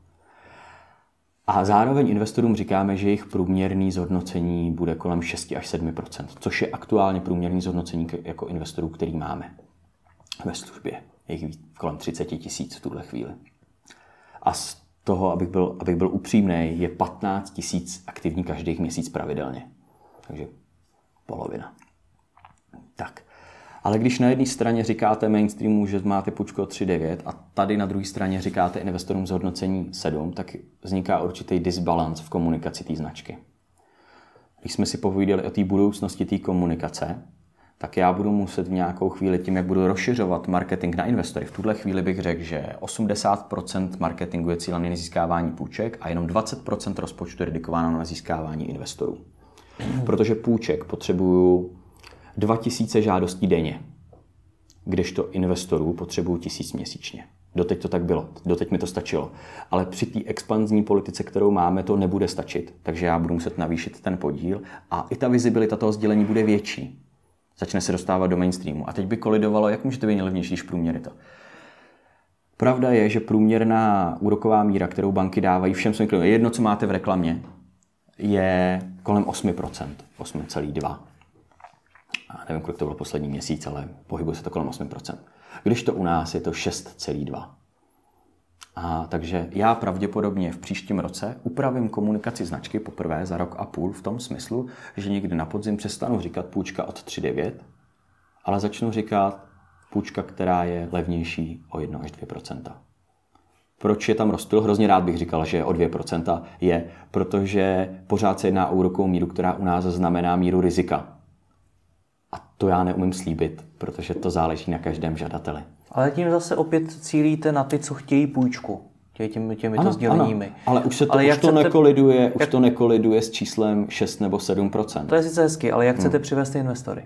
A zároveň investorům říkáme, že jejich průměrný zhodnocení bude kolem 6 až 7%, což je aktuálně průměrný zhodnocení jako investorů, který máme ve službě. Je jich kolem 30 000 v tuhle chvíli. A z toho, abych byl upřímný, je 15 000 aktivní každý měsíc pravidelně. Takže polovina. Tak. Ale když na jedné straně říkáte mainstreamu, že máte půjčku o 3,9 a tady na druhé straně říkáte investorům zhodnocení 7, tak vzniká určitý disbalance v komunikaci té značky. Když jsme si povídali o té budoucnosti té komunikace, tak já budu muset v nějakou chvíli tím, jak budu rozšiřovat marketing na investory. V tuhle chvíli bych řekl, že 80% marketingu je cílený na získávání půjček a jenom 20% rozpočtu je dedikováno na získávání investorů. Protože půjček potřebuju 2000 žádostí denně, kdežto investorů potřebuju 1000 měsíčně. Doteď to tak bylo, doteď mi to stačilo. Ale při té expanzní politice, kterou máme, to nebude stačit, takže já budu muset navýšit ten podíl a i ta vizibilita toho sdělení bude větší. Začne se dostávat do mainstreamu. A teď by kolidovalo, jak můžete být nejlevnější, když průměr je to. Pravda je, že průměrná úroková míra, kterou banky dávají všem svým klientům, jedno, co máte v reklamě, je kolem 8%, 8,2%. A nevím, kolik to bylo poslední měsíc, ale pohybuje se to kolem 8%. Když to u nás je to 6,2%. A takže já pravděpodobně v příštím roce upravím komunikaci značky poprvé za rok a půl v tom smyslu, že někdy na podzim přestanu říkat půjčka od 3,9, ale začnu říkat půjčka, která je levnější o 1 až 2%. Proč je tam rozptyl? Hrozně rád bych říkal, že o 2% je, protože pořád se jedná o úrokovou míru, která u nás znamená míru rizika. A to já neumím slíbit, protože to záleží na každém žadateli. Ale tím zase opět cílíte na ty, co chtějí půjčku. Těmito sděleními. Ale už to nekoliduje s číslem 6 nebo 7%. To je sice hezky, ale jak chcete přivést investory?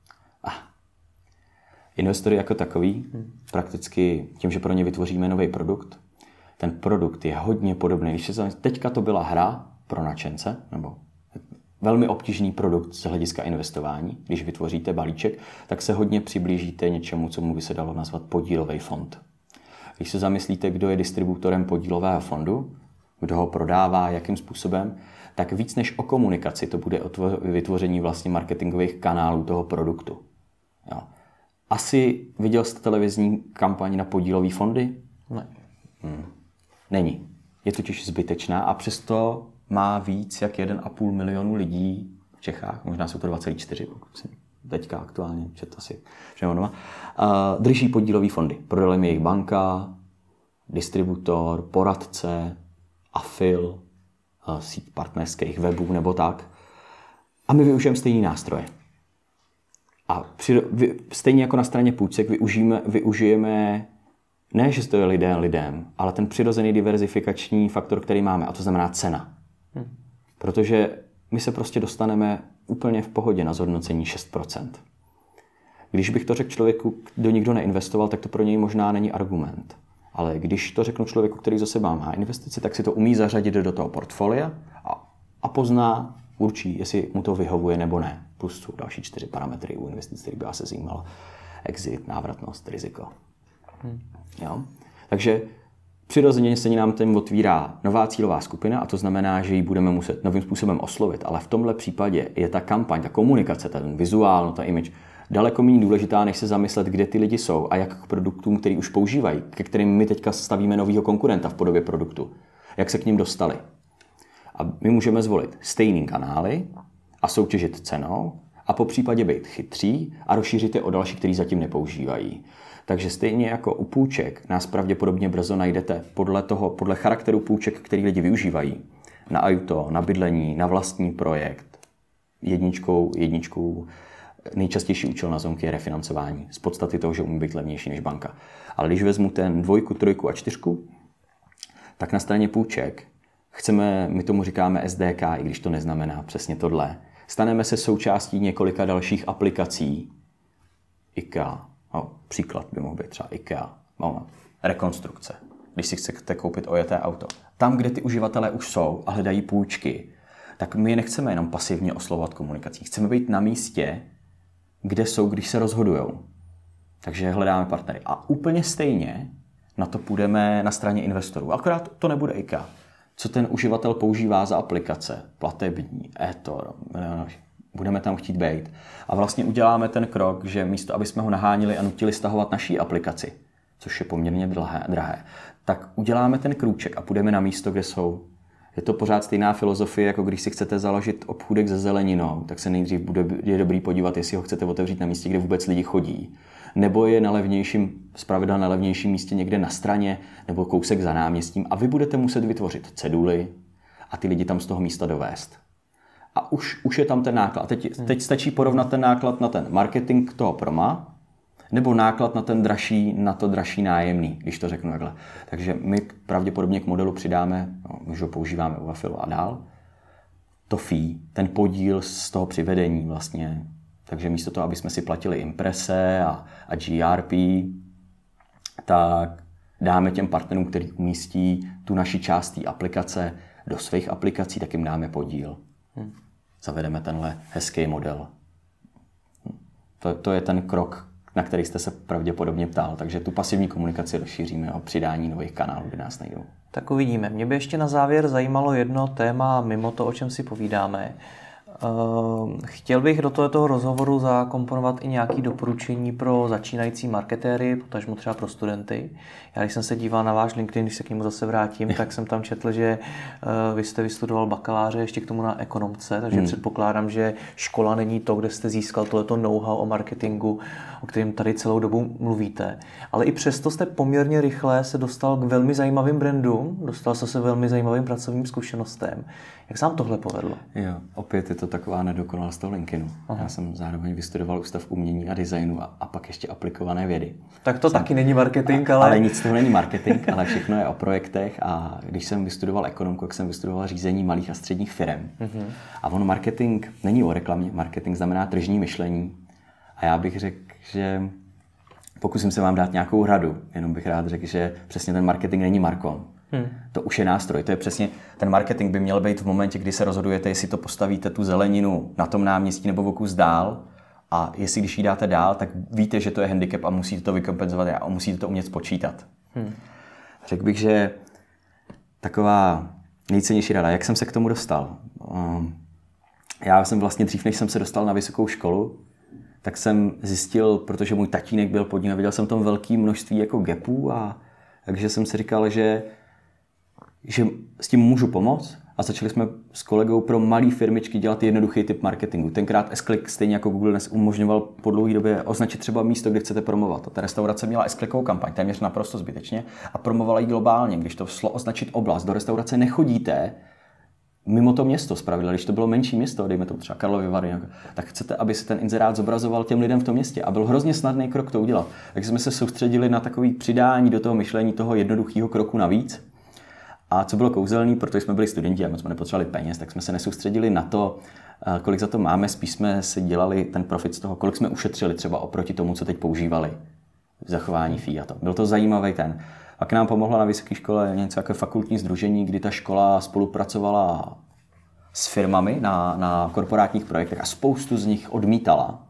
Investory jako takový, prakticky tím, že pro ně vytvoříme nový produkt, ten produkt je hodně podobný. Teďka to byla hra pro nadšence, nebo velmi obtížný produkt z hlediska investování. Když vytvoříte balíček, tak se hodně přiblížíte něčemu, co mu by se dalo nazvat podílový fond. Když se zamyslíte, kdo je distributorem podílového fondu, kdo ho prodává, jakým způsobem, tak víc než o komunikaci to bude o vytvoření vlastně marketingových kanálů toho produktu. Jo. Asi viděl jste televizní kampaň na podílové fondy? Ne. Není. Je totiž zbytečná a přesto má víc jak 1,5 milionu lidí v Čechách, možná jsou to 2,4, pokud si teďka aktuálně čet asi všem doma, drží podílové fondy. Prodala mi jejich banka, distributor, poradce, afil, síť partnerských webů nebo tak. A my využijeme stejný nástroje. A stejně jako na straně půjček využijeme ne, že to je lidem, ale ten přirozený diverzifikační faktor, který máme, a to znamená cena. Protože my se prostě dostaneme úplně v pohodě na zhodnocení 6%. Když bych to řekl člověku, kdo nikdo neinvestoval, tak to pro něj možná není argument. Ale když to řeknu člověku, který za sebou má investici, tak si to umí zařadit do toho portfolia a pozná, určí, jestli mu to vyhovuje nebo ne. Plus jsou další 4 parametry u investic, který by se zajímal. Exit, návratnost, riziko. Jo? Takže přirozeně se nám tím otvírá nová cílová skupina a to znamená, že ji budeme muset novým způsobem oslovit. Ale v tomhle případě je ta kampaň, ta komunikace, ten vizuál, ta image daleko méně důležitá, než se zamyslet, kde ty lidi jsou a jak k produktům, který už používají, ke kterým my teďka stavíme novýho konkurenta v podobě produktu, jak se k ním dostali. A my můžeme zvolit stejný kanály a soutěžit cenou a po případě být chytří a rozšířit je o další, který zatím nepoužívají. Takže stejně jako u půjček nás pravděpodobně brzo najdete podle charakteru půjček, který lidi využívají. Na auto, na bydlení, na vlastní projekt. Jedničkou nejčastější účel na zonky je refinancování. Z podstaty toho, že umí být levnější než banka. Ale když vezmu ten 2, 3 a 4, tak na straně půjček my tomu říkáme SDK, i když to neznamená přesně tohle. Staneme se součástí několika dalších aplikací. IKEA, příklad by mohl být třeba IKEA, rekonstrukce, když si chcete koupit ojeté auto. Tam, kde ty uživatelé už jsou a hledají půjčky, tak my je nechceme jenom pasivně oslovovat komunikací. Chceme být na místě, kde jsou, když se rozhodujou. Takže hledáme partnery. A úplně stejně na to půjdeme na straně investorů. Akorát to nebude IKEA. Co ten uživatel používá za aplikace, platební, eToro, budeme tam chtít být. A vlastně uděláme ten krok, že místo, aby jsme ho nahánili a nutili stahovat naší aplikaci, což je poměrně drahé, tak uděláme ten krůček a půjdeme na místo, kde jsou. Je to pořád stejná filozofie, jako když si chcete založit obchůdek se zeleninou, tak se nejdřív je dobrý podívat, jestli ho chcete otevřít na místě, kde vůbec lidi chodí. Nebo je zpravidla na levnějším místě někde na straně, nebo kousek za náměstím a vy budete muset vytvořit ceduly a ty lidi tam z toho místa dovést. A už je tam ten náklad. Teď stačí porovnat ten náklad na ten marketing toho proma, nebo náklad na to dražší nájemný, když to řeknu takhle. Takže my pravděpodobně k modelu přidáme, my ho používáme u Wafilu a dál, to fee, ten podíl z toho přivedení vlastně. Takže místo toho, aby jsme si platili imprese a GRP, tak dáme těm partnerům, který umístí tu naši část té aplikace do svých aplikací, tak jim dáme podíl. Zavedeme tenhle hezký model. To je ten krok, na který jste se pravděpodobně ptal. Takže tu pasivní komunikaci rozšíříme o přidání nových kanálů, kde nás najdou. Tak uvidíme. Mě by ještě na závěr zajímalo jedno téma mimo to, o čem si povídáme. Chtěl bych do tohoto rozhovoru zakomponovat i nějaké doporučení pro začínající marketéry, potažmo třeba pro studenty. Já když jsem se díval na váš LinkedIn, když se k němu zase vrátím, tak jsem tam četl, že vy jste vystudoval bakaláře ještě k tomu na ekonomce, takže předpokládám, že škola není to, kde jste získal tohleto know-how o marketingu, o kterém tady celou dobu mluvíte. Ale i přesto jste poměrně rychle se dostal k velmi zajímavým brandům, dostal se velmi zajímavým pracovním zkušenostem. Jak se vám tohle povedlo? Jo, opět je to taková nedokonalost toho LinkedInu. Já jsem zároveň vystudoval ústav umění a designu a pak ještě aplikované vědy. Tak to taky není marketing, ale nic z toho není marketing, ale všechno je o projektech a když jsem vystudoval ekonomku, tak jsem vystudoval řízení malých a středních firem. A on marketing není o reklamě, marketing znamená tržní myšlení. A já bych řekl, že pokusím se vám dát nějakou radu, jenom bych rád řekl, že přesně ten marketing není markon. To už je nástroj. To je přesně, ten marketing by měl být v momentě, kdy se rozhodujete, jestli to postavíte tu zeleninu na tom náměstí nebo o kus dál. A jestli když ji dáte dál, tak víte, že to je handicap a musíte to vykompenzovat a musíte to umět spočítat. Řekl bych, že taková nejcennější rada, jak jsem se k tomu dostal. Já jsem vlastně dřív, než jsem se dostal na vysokou školu, tak jsem zjistil, protože můj tatínek byl podnik, viděl jsem tam velké množství jako gapů a takže jsem si říkal, že s tím můžu pomoct a začali jsme s kolegou pro malé firmičky dělat jednoduchý typ marketingu. Tenkrát S-Click, stejně jako Google dnes, umožňoval po dlouhé době označit třeba místo, kde chcete promovat. A ta restaurace měla S-Clickovou kampaň, téměř naprosto zbytečně a promovala ji globálně. Když to šlo označit oblast, do restaurace nechodíte mimo to město zpravidla, když to bylo menší město, dejme tomu třeba Karlovy Vary, tak chcete, aby se ten inzerát zobrazoval těm lidem v tom městě a byl hrozně snadný krok to udělat. Takže jsme se soustředili na takový přidání do toho myšlení toho jednoduchého kroku navíc. A co bylo kouzelný, protože jsme byli studenti a moc jsme nepotřebovali peněz, tak jsme se nesoustředili na to, kolik za to máme, spíš jsme si dělali ten profit z toho, kolik jsme ušetřili třeba oproti tomu, co teď používali v zachování fee a to. Byl to zajímavý ten. Pak nám pomohlo na vysoké škole něco jako fakultní sdružení, kdy ta škola spolupracovala s firmami na korporátních projektech a spoustu z nich odmítala.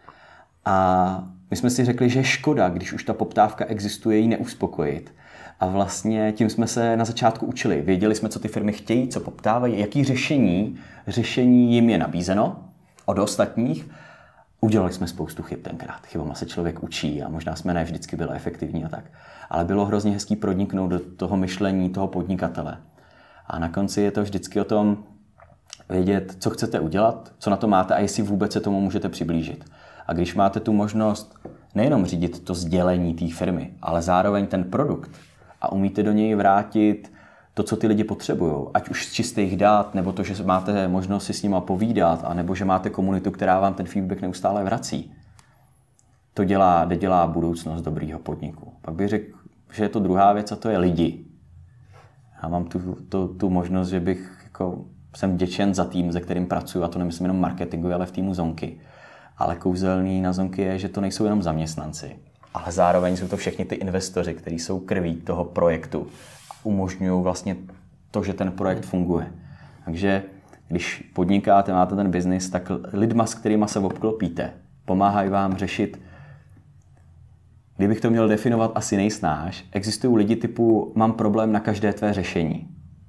A my jsme si řekli, že je škoda, když už ta poptávka existuje, ji neuspokojit. A vlastně tím jsme se na začátku učili. Věděli jsme, co ty firmy chtějí, co poptávají, jaký řešení jim je nabízeno od ostatních. Udělali jsme spoustu chyb tenkrát. Chybama se člověk učí a možná jsme ne vždycky byli efektivní a tak. Ale bylo hrozně hezký proniknout do toho myšlení toho podnikatele. A na konci je to vždycky o tom vědět, co chcete udělat, co na to máte a jestli vůbec se tomu můžete přiblížit. A když máte tu možnost nejenom řídit to sdělení té firmy, ale zároveň ten produkt a umíte do něj vrátit to, co ty lidi potřebují, ať už z čistých dat, nebo to, že máte možnost si s nima povídat, anebo že máte komunitu, která vám ten feedback neustále vrací. To dělá budoucnost dobrýho podniku. Pak bych řekl, že je to druhá věc a to je lidi. Já mám tu možnost, že jsem vděčen za tým, se kterým pracuji, a to nemyslím jenom marketingu, ale v týmu Zonky. Ale kouzelný na Zonky je, že to nejsou jenom zaměstnanci, ale zároveň jsou to všichni ty investoři, kteří jsou krví toho projektu a umožňují vlastně to, že ten projekt funguje. Takže když podnikáte, máte ten biznis, tak lidma, s kterýma se obklopíte, pomáhají vám řešit. Kdybych to měl definovat asi nejsnáš, existují lidi typu mám problém na každé tvé řešení.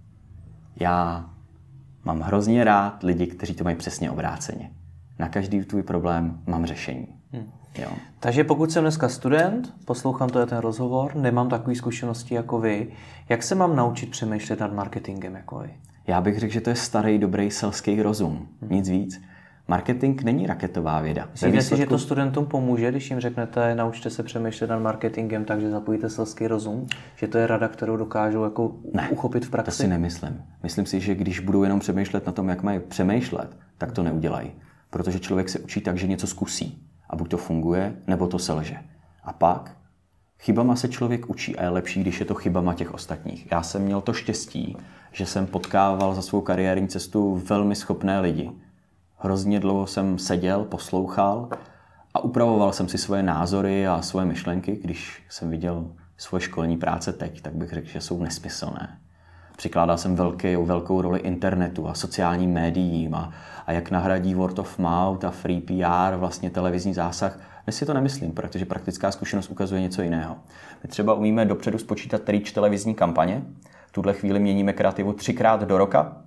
Já mám hrozně rád lidi, kteří to mají přesně obráceně. Na každý tvůj problém mám řešení. Jo. Takže pokud jsem dneska student, poslouchám ten rozhovor, nemám takové zkušenosti jako vy, jak se mám naučit přemýšlet nad marketingem jako vy? Já bych řekl, že to je starý, dobrý selský rozum. Nic víc. Marketing není raketová věda. Myslíte si, že to studentům pomůže, když jim řeknete, naučte se přemýšlet nad marketingem, takže zapojíte selský rozum? Že to je rada, kterou dokážou uchopit v praxi? To si nemyslím. Myslím si, že když budou jenom přemýšlet na tom, jak mají přemýšlet, tak to neudělají. Protože člověk se učí tak, že něco zkusí. A buď to funguje, nebo to selže. A pak chybama se člověk učí a je lepší, když je to chybama těch ostatních. Já jsem měl to štěstí, že jsem potkával za svou kariérní cestu velmi schopné lidi. Hrozně dlouho jsem seděl, poslouchal a upravoval jsem si svoje názory a svoje myšlenky. Když jsem viděl svoje školní práce teď, tak bych řekl, že jsou nesmyslné. Přikládal jsem velkou roli internetu a sociálním médiím a jak nahradí word of mouth a free PR vlastně televizní zásah. Dnes si to nemyslím, protože praktická zkušenost ukazuje něco jiného. My třeba umíme dopředu spočítat reach televizní kampaně. V tuhle chvíli měníme kreativu 3krát do roka.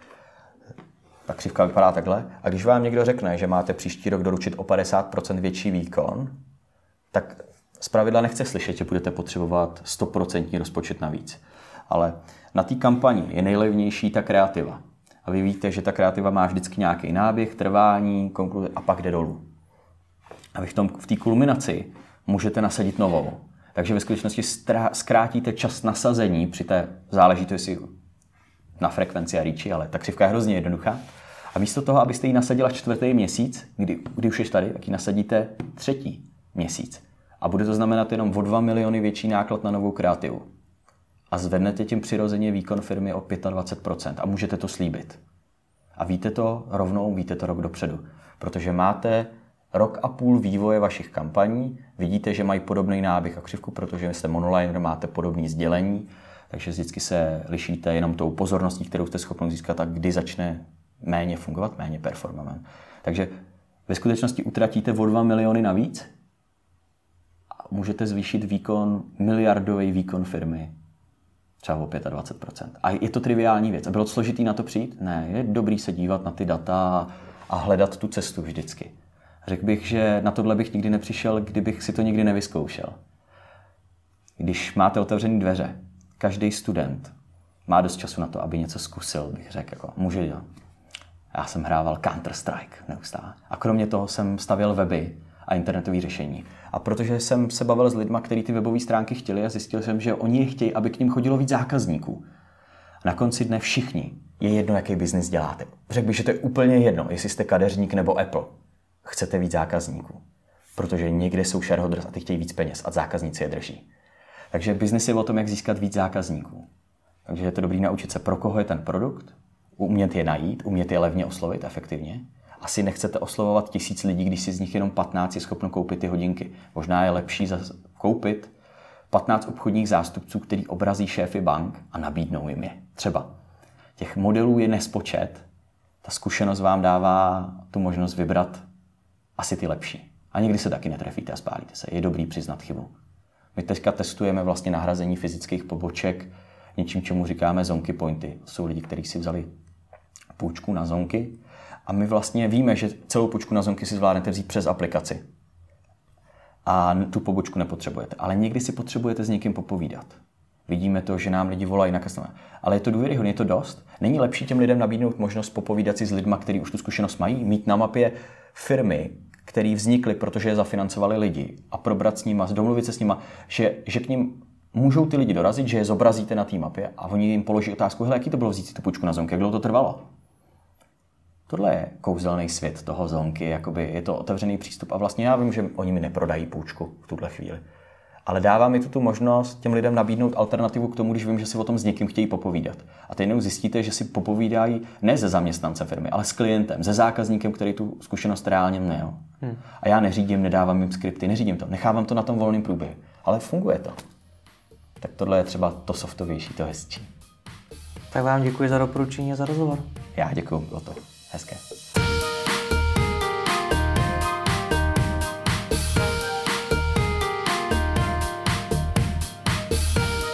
Ta křivka vypadá takhle. A když vám někdo řekne, že máte příští rok doručit o 50% větší výkon, tak zpravidla nechce slyšet, že budete potřebovat 100% rozpočet navíc. Ale na té kampani je nejlevnější ta kreativa. A vy víte, že ta kreativa má vždycky nějaký náběh, trvání, konkluze a pak jde dolů. A vy v té kulminaci můžete nasadit novou. Takže ve skutečnosti zkrátíte čas nasazení při té záležitosti na frekvenci a reachi, ale ta křivka je hrozně jednoduchá. A místo toho, abyste ji nasadila 4. měsíc, kdy už je tady, tak ji nasadíte 3. měsíc. A bude to znamenat jenom o 2 miliony větší náklad na novou kreativu. A zvednete tím přirozeně výkon firmy o 25% a můžete to slíbit. A víte to rovnou, víte to rok dopředu. Protože máte 1,5 roku vývoje vašich kampaní, vidíte, že mají podobný náběh a křivku, protože jste monoliner, máte podobné sdělení, takže vždycky se lišíte jenom tou pozorností, kterou jste schopni získat a kdy začne méně fungovat, méně performament. Takže ve skutečnosti utratíte o 2 miliony navíc a můžete zvýšit výkon, miliardový výkon firmy třeba o 25%. A je to triviální věc. A bylo to složitý na to přijít? Ne, je dobrý se dívat na ty data a hledat tu cestu vždycky. Řekl bych, že na tohle bych nikdy nepřišel, kdybych si to nikdy nevyzkoušel. Když máte otevřené dveře, každý student má dost času na to, aby něco zkusil, bych řekl, jako může dělat. Já jsem hrával Counter-Strike neustále. A kromě toho jsem stavěl weby a internetové řešení. A protože jsem se bavil s lidma, kteří ty webové stránky chtěli a zjistil jsem, že oni chtějí, aby k nim chodilo víc zákazníků. A na konci dne všichni je jedno, jaký biznis děláte. Řekl bych, že to je úplně jedno, jestli jste kadeřník nebo Apple. Chcete víc zákazníků, protože někde jsou shareholders a ty chtějí víc peněz a zákazníci je drží. Takže biznis je o tom, jak získat víc zákazníků. Takže je to dobrý naučit se, pro koho je ten produkt, umět je najít, umět je levně oslovit efektivně. Asi nechcete oslovovat 1000 lidí, když si z nich jenom 15 je schopno koupit ty hodinky. Možná je lepší koupit 15 obchodních zástupců, který obrazí šéfy bank a nabídnou jim je. Třeba. Těch modelů je nespočet. Ta zkušenost vám dává tu možnost vybrat asi ty lepší. A někdy se taky netrefíte a spálíte se. Je dobrý přiznat chybu. My teďka testujeme vlastně nahrazení fyzických poboček něčím, čemu říkáme zonky pointy. To jsou lidi, kteří si vzali půjčku na zonky a my vlastně víme, že celou půjčku na zonky si zvládnete vzít přes aplikaci. A tu pobočku nepotřebujete. Ale někdy si potřebujete s někým popovídat. Vidíme to, že nám lidi volají na customer. Ale je to důvěryhodné, je to dost. Není lepší těm lidem nabídnout možnost popovídat si s lidma, kteří už tu zkušenost mají, mít na mapě firmy, které vznikly, protože je zafinancovali lidi a probrat s nima, domluvit se s nima, že k ním můžou ty lidi dorazit, že je zobrazíte na té mapě a oni jim položí otázku, hele, jaký to bylo vzít si tu půjčku na zonky, jak dlouho to trvalo? Tohle je kouzelný svět toho zonky, jakoby je to otevřený přístup a vlastně já vím, že oni mi neprodají půjčku v tuhle chvíli. Ale dává mi tu možnost těm lidem nabídnout alternativu k tomu, když vím, že si o tom s někým chtějí popovídat. A teď jenom zjistíte, že si popovídají ne se zaměstnancem firmy, ale s klientem, se zákazníkem, který tu zkušenost reálně měl. A já neřídím, nedávám jim skripty, neřídím to, nechávám to na tom volném průběhu. Ale funguje to. Tak tohle je třeba to softovější, to hezčí. Tak vám děkuji za doporučení a za rozhovor. Já děkuji, bylo to hezké.